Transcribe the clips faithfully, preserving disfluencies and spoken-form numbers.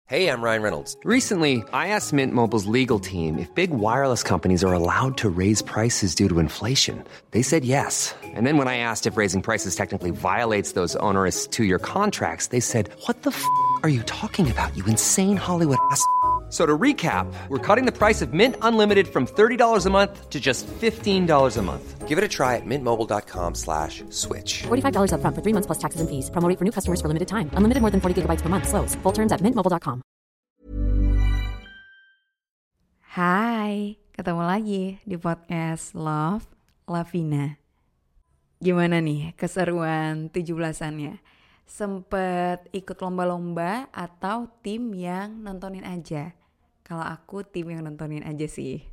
Hey, I'm Ryan Reynolds. Recently, I asked Mint Mobile's legal team if big wireless companies are allowed to raise prices due to inflation. They said yes. And then when I asked if raising prices technically violates those onerous two-year contracts, they said, "What the f*** are you talking about, you insane Hollywood ass?" So to recap, we're cutting the price of Mint Unlimited from thirty dollars a month to just fifteen dollars a month. Give it a try at mintmobile.com slash switch. forty-five dollars up front for three months plus taxes and fees. Promo rate for new customers for limited time. Unlimited more than forty gigabytes per month. Slows full terms at mint mobile dot com. Hai, ketemu lagi di podcast Love Lavina. Gimana nih keseruan tujuh belasannya? Sempet ikut lomba-lomba atau tim yang nontonin aja? Kalau aku tim yang nontonin aja sih.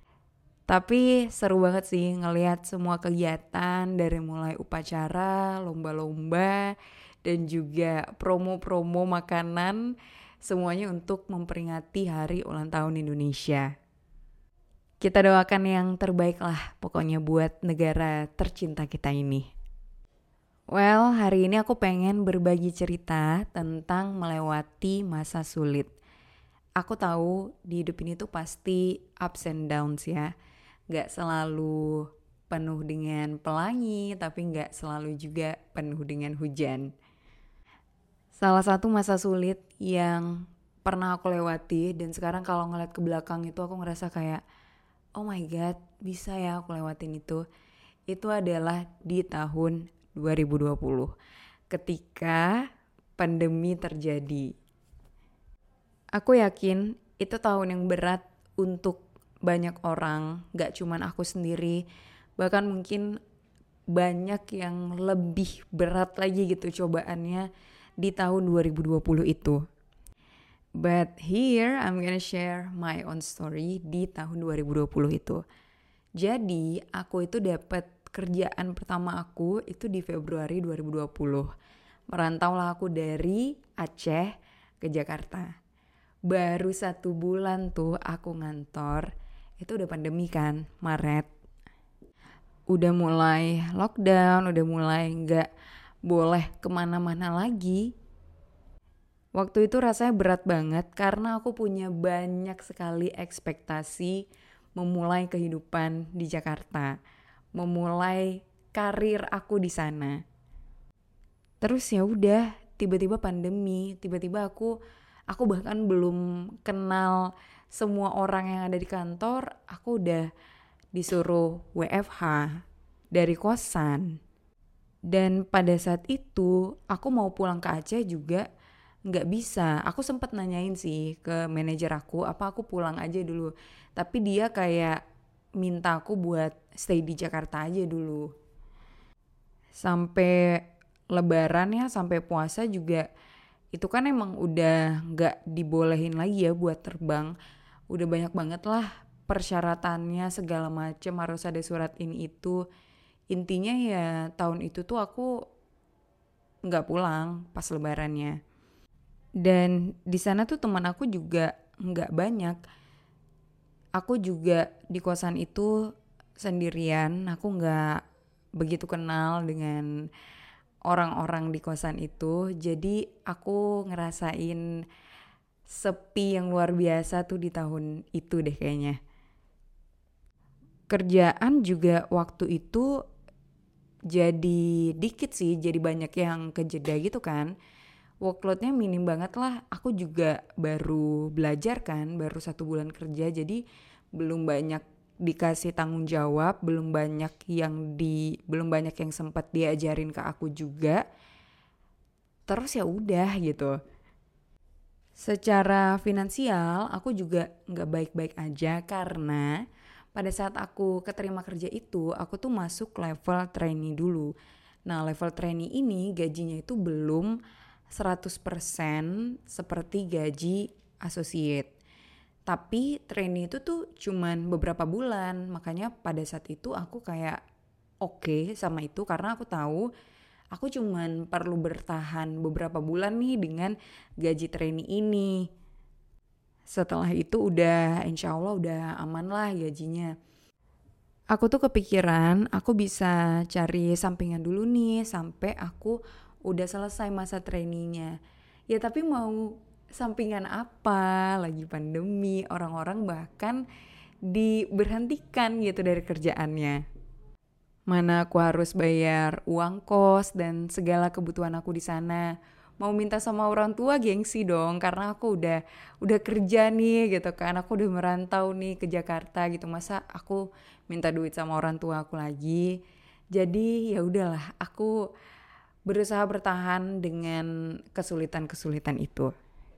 Tapi seru banget sih ngelihat semua kegiatan dari mulai upacara, lomba-lomba, dan juga promo-promo makanan, semuanya untuk memperingati Hari Ulang Tahun Indonesia. Kita doakan yang terbaik lah pokoknya buat negara tercinta kita ini. Well, hari ini aku pengen berbagi cerita tentang melewati masa sulit. Aku tahu di hidup ini tuh pasti ups and downs ya. Gak selalu penuh dengan pelangi, tapi gak selalu juga penuh dengan hujan. Salah satu masa sulit yang pernah aku lewati, dan sekarang kalau ngeliat ke belakang itu aku ngerasa kayak, oh my god, bisa ya aku lewatin itu. Itu adalah di tahun dua ribu dua puluh, ketika pandemi terjadi. Aku yakin itu tahun yang berat untuk banyak orang, gak cuman aku sendiri, bahkan mungkin banyak yang lebih berat lagi gitu cobaannya di tahun dua ribu dua puluh itu. But here I'm gonna share my own story di tahun dua ribu dua puluh itu. Jadi aku itu dapat kerjaan pertama aku itu di Februari dua ribu dua puluh. Merantaulah aku dari Aceh ke Jakarta. Baru satu bulan tuh aku ngantor, itu udah pandemi kan, Maret. Udah mulai lockdown, udah mulai gak boleh kemana-mana lagi. Waktu itu rasanya berat banget karena aku punya banyak sekali ekspektasi memulai kehidupan di Jakarta, memulai karir aku di sana. Terus ya udah, tiba-tiba pandemi, tiba-tiba aku aku bahkan belum kenal semua orang yang ada di kantor, aku udah disuruh W F H dari kosan. Dan pada saat itu aku mau pulang ke Aceh juga nggak bisa. Aku sempat nanyain sih ke manajer aku, apa aku pulang aja dulu. Tapi dia kayak minta aku buat stay di Jakarta aja dulu. Sampai lebaran ya, sampai puasa juga itu kan emang udah gak dibolehin lagi ya buat terbang. Udah banyak banget lah persyaratannya segala macem, harus ada surat ini itu. Intinya ya tahun itu tuh aku gak pulang pas lebarannya. Dan di sana tuh teman aku juga gak banyak. Aku juga di kosan itu sendirian, aku gak begitu kenal dengan orang-orang di kosan itu. Jadi aku ngerasain sepi yang luar biasa tuh di tahun itu deh kayaknya. Kerjaan juga waktu itu jadi dikit sih, jadi banyak yang kejeda gitu kan. Workloadnya minim banget lah. Aku juga baru belajar kan, baru satu bulan kerja, jadi belum banyak dikasih tanggung jawab, belum banyak yang di, belum banyak yang sempat diajarin ke aku juga. Terus ya udah gitu. Secara finansial aku juga nggak baik-baik aja karena pada saat aku keterima kerja itu, aku tuh masuk level trainee dulu. Nah level trainee ini gajinya itu belum seratus persen seperti gaji associate. Tapi trainee itu tuh cuman beberapa bulan. Makanya pada saat itu aku kayak oke okay sama itu karena aku tahu aku cuman perlu bertahan beberapa bulan nih dengan gaji trainee ini. Setelah itu udah insya Allah udah aman lah gajinya. Aku tuh kepikiran aku bisa cari sampingan dulu nih sampai aku udah selesai masa trainee-nya. Ya tapi mau sampingan apa, lagi pandemi, orang-orang bahkan diberhentikan gitu dari kerjaannya. Mana aku harus bayar uang kos dan segala kebutuhan aku di sana. Mau minta sama orang tua gengsi dong, karena aku udah udah kerja nih gitu kan. Aku udah merantau nih ke Jakarta gitu. Masa aku minta duit sama orang tua aku lagi. Jadi ya udahlah, aku berusaha bertahan dengan kesulitan-kesulitan itu.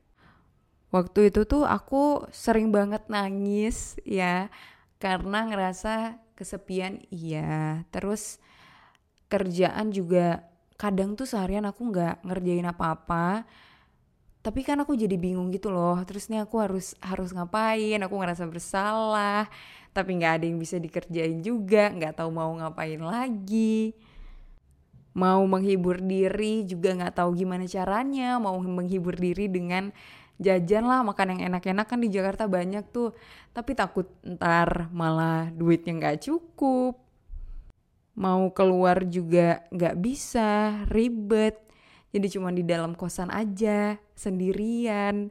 Waktu itu tuh aku sering banget nangis ya, karena ngerasa kesepian iya. Terus kerjaan juga kadang tuh seharian aku gak ngerjain apa-apa. Tapi kan aku jadi bingung gitu loh. Terus nih aku harus harus ngapain, aku ngerasa bersalah. Tapi gak ada yang bisa dikerjain juga, gak tahu mau ngapain lagi. Mau menghibur diri juga gak tahu gimana caranya. Mau menghibur diri dengan jajan lah, makan yang enak-enak kan di Jakarta banyak tuh. Tapi takut ntar malah duitnya gak cukup. Mau keluar juga gak bisa, ribet. Jadi cuma di dalam kosan aja, sendirian.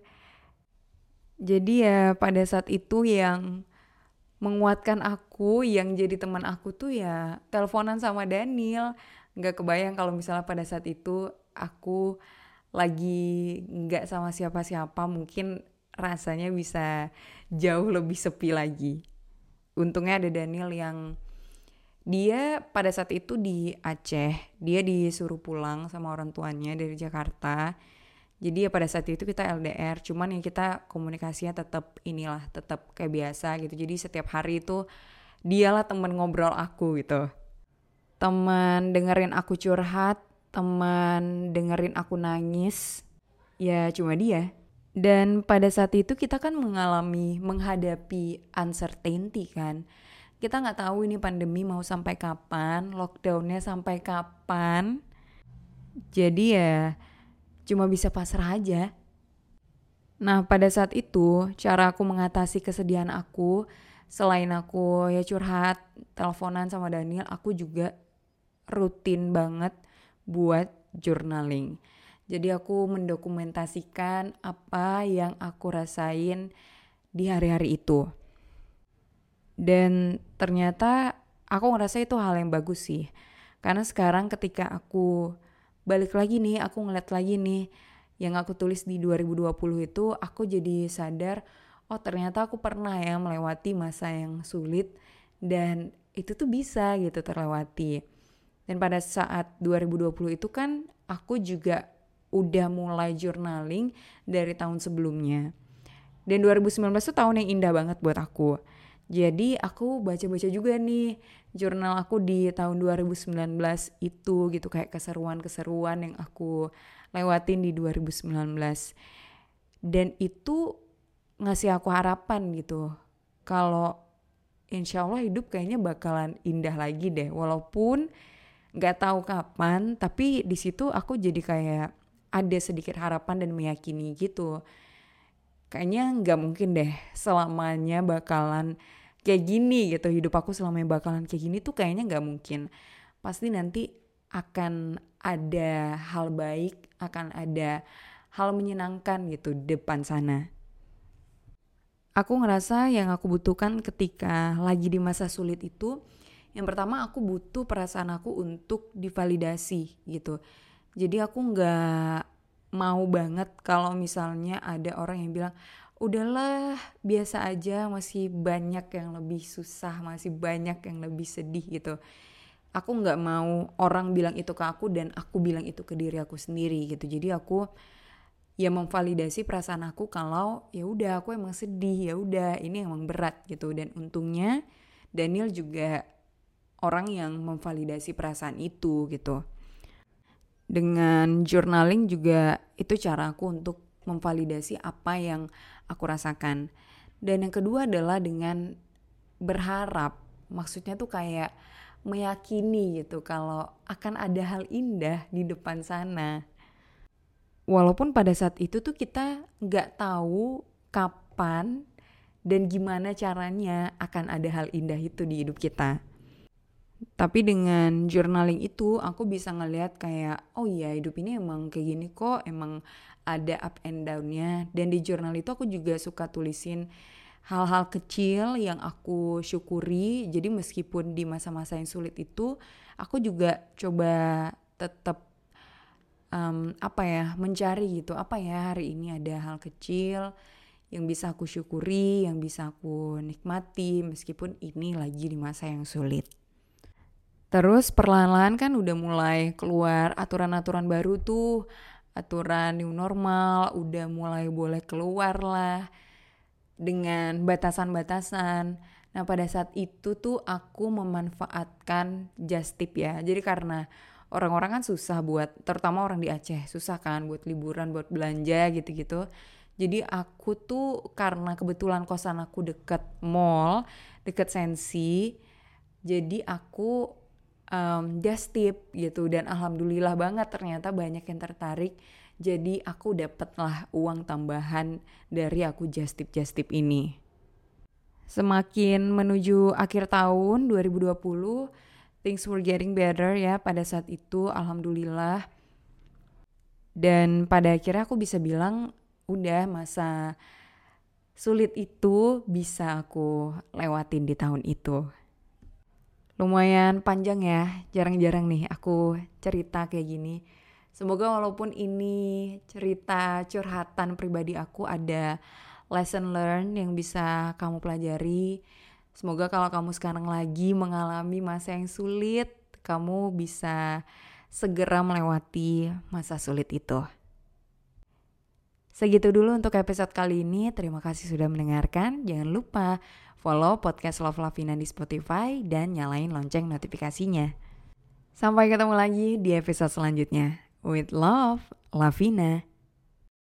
Jadi ya pada saat itu yang menguatkan aku, yang jadi teman aku tuh ya teleponan sama Daniel. Gak kebayang kalau misalnya pada saat itu aku lagi gak sama siapa-siapa, mungkin rasanya bisa jauh lebih sepi lagi. Untungnya ada Daniel yang dia pada saat itu di Aceh, dia disuruh pulang sama orang tuanya dari Jakarta. Jadi ya pada saat itu kita L D R, cuman ya kita komunikasinya tetap inilah, tetap kayak biasa gitu. Jadi setiap hari itu dialah teman ngobrol aku gitu. Teman dengerin aku curhat, teman dengerin aku nangis, ya cuma dia. Dan pada saat itu kita kan mengalami, menghadapi uncertainty kan. Kita gak tahu ini pandemi mau sampai kapan, lockdownnya sampai kapan. Jadi ya cuma bisa pasrah aja. Nah pada saat itu cara aku mengatasi kesedihan aku, selain aku ya curhat, teleponan sama Daniel, aku juga rutin banget buat journaling. Jadi aku mendokumentasikan apa yang aku rasain di hari-hari itu. Dan ternyata aku ngerasa itu hal yang bagus sih. Karena sekarang ketika aku balik lagi nih, aku ngeliat lagi nih yang aku tulis di dua ribu dua puluh itu, aku jadi sadar, oh ternyata aku pernah ya melewati masa yang sulit dan itu tuh bisa gitu terlewati. Dan pada saat dua ribu dua puluh itu kan aku juga udah mulai journaling dari tahun sebelumnya. Dan dua ribu sembilan belas itu tahun yang indah banget buat aku. Jadi aku baca-baca juga nih jurnal aku di tahun dua ribu sembilan belas itu gitu, kayak keseruan-keseruan yang aku lewatin di dua ribu sembilan belas. Dan itu ngasih aku harapan gitu. Kalau insya Allah hidup kayaknya bakalan indah lagi deh. Walaupun gak tahu kapan, tapi di situ aku jadi kayak ada sedikit harapan dan meyakini gitu. Kayaknya gak mungkin deh selamanya bakalan kayak gini gitu. Hidup aku selamanya bakalan kayak gini tuh kayaknya gak mungkin. Pasti nanti akan ada hal baik, akan ada hal menyenangkan gitu depan sana. Aku ngerasa yang aku butuhkan ketika lagi di masa sulit itu, yang pertama aku butuh perasaan aku untuk divalidasi gitu. Jadi aku gak mau banget kalau misalnya ada orang yang bilang, udahlah biasa aja, masih banyak yang lebih susah, masih banyak yang lebih sedih gitu. Aku gak mau orang bilang itu ke aku dan aku bilang itu ke diri aku sendiri gitu. Jadi aku ya memvalidasi perasaan aku kalau ya udah aku emang sedih, ya udah ini emang berat gitu. Dan untungnya Daniel juga orang yang memvalidasi perasaan itu gitu. Dengan journaling juga itu cara aku untuk memvalidasi apa yang aku rasakan. Dan yang kedua adalah dengan berharap. Maksudnya tuh kayak meyakini gitu kalau akan ada hal indah di depan sana. Walaupun pada saat itu tuh kita gak tahu kapan dan gimana caranya akan ada hal indah itu di hidup kita. Tapi dengan journaling itu aku bisa ngelihat kayak, oh iya hidup ini emang kayak gini kok, emang ada up and down-nya. Dan di jurnal itu aku juga suka tulisin hal-hal kecil yang aku syukuri. Jadi meskipun di masa-masa yang sulit itu, aku juga coba tetap um, apa ya, mencari gitu. Apa ya, hari ini ada hal kecil yang bisa aku syukuri, yang bisa aku nikmati meskipun ini lagi di masa yang sulit. Terus perlahan-lahan kan udah mulai keluar aturan-aturan baru tuh, aturan new normal, udah mulai boleh keluar lah dengan batasan-batasan. Nah pada saat itu tuh aku memanfaatkan just tip ya. Jadi karena orang-orang kan susah buat, terutama orang di Aceh, susah kan buat liburan, buat belanja gitu-gitu. Jadi aku tuh karena kebetulan kosan aku deket mall, deket Sensi, jadi aku um, just tip gitu. Dan alhamdulillah banget ternyata banyak yang tertarik. Jadi aku dapet lah uang tambahan dari aku just tip just tip ini. Semakin menuju akhir tahun dua ribu dua puluh, things were getting better ya pada saat itu, alhamdulillah. Dan pada akhirnya aku bisa bilang, udah masa sulit itu bisa aku lewatin di tahun itu. Lumayan panjang ya, jarang-jarang nih aku cerita kayak gini. Semoga walaupun ini cerita curhatan pribadi aku, ada lesson learn yang bisa kamu pelajari. Semoga kalau kamu sekarang lagi mengalami masa yang sulit, kamu bisa segera melewati masa sulit itu. Segitu dulu untuk episode kali ini. Terima kasih sudah mendengarkan. Jangan lupa follow podcast Love Lavina di Spotify dan nyalain lonceng notifikasinya. Sampai ketemu lagi di episode selanjutnya. With love, Lavina.